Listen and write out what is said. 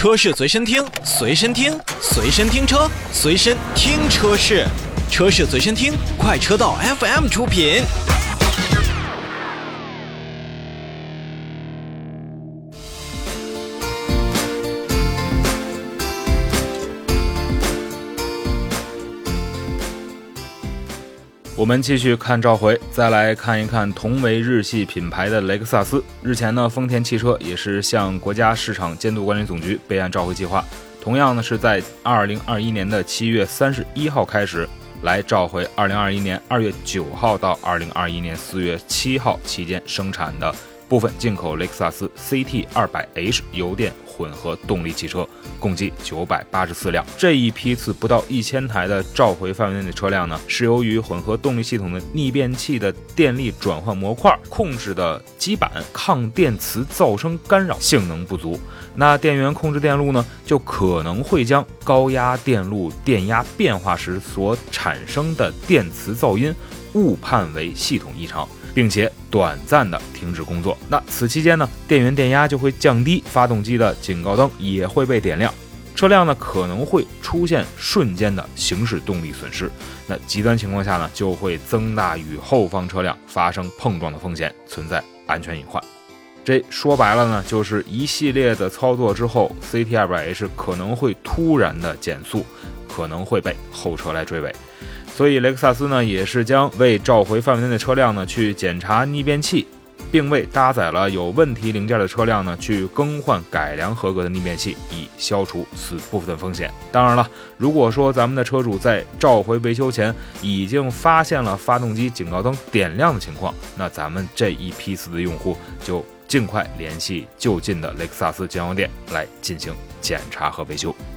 车市随身听，随身听，随身听车，随身听车市，车市随身听，快车道 FM 出品。 我们继续看召回，再来看一看同为日系品牌的雷克萨斯。日前呢，丰田汽车也是向国家市场监督管理总局备案召回计划，同样呢是在2021年的7月31号开始来召回2021年2月9号到2021年4月7号期间生产的部分进口雷克萨斯 CT200H 油电混合动力汽车，共计984辆。这一批次不到1000台的召回范围内的车辆呢，是由于混合动力系统的逆变器的电力转换模块控制的基板抗电磁噪声干扰性能不足，那电源控制电路呢，就可能会将高压电路电压变化时所产生的电磁噪音误判为系统异常，并且短暂的停止工作。那此期间呢，电源电压就会降低，发动机的警告灯也会被点亮，车辆呢可能会出现瞬间的行驶动力损失。那极端情况下呢，就会增大与后方车辆发生碰撞的风险，存在安全隐患。这说白了呢，就是一系列的操作之后 CT200H 可能会突然的减速，可能会被后车来追尾。所以雷克萨斯呢，也是将为召回范围内的车辆呢去检查逆变器，并为搭载了有问题零件的车辆呢去更换改良合格的逆变器，以消除此部分的风险。当然了，如果说咱们的车主在召回维修前已经发现了发动机警告灯点亮的情况，那咱们这一批次的用户就尽快联系就近的雷克萨斯经销店来进行检查和维修。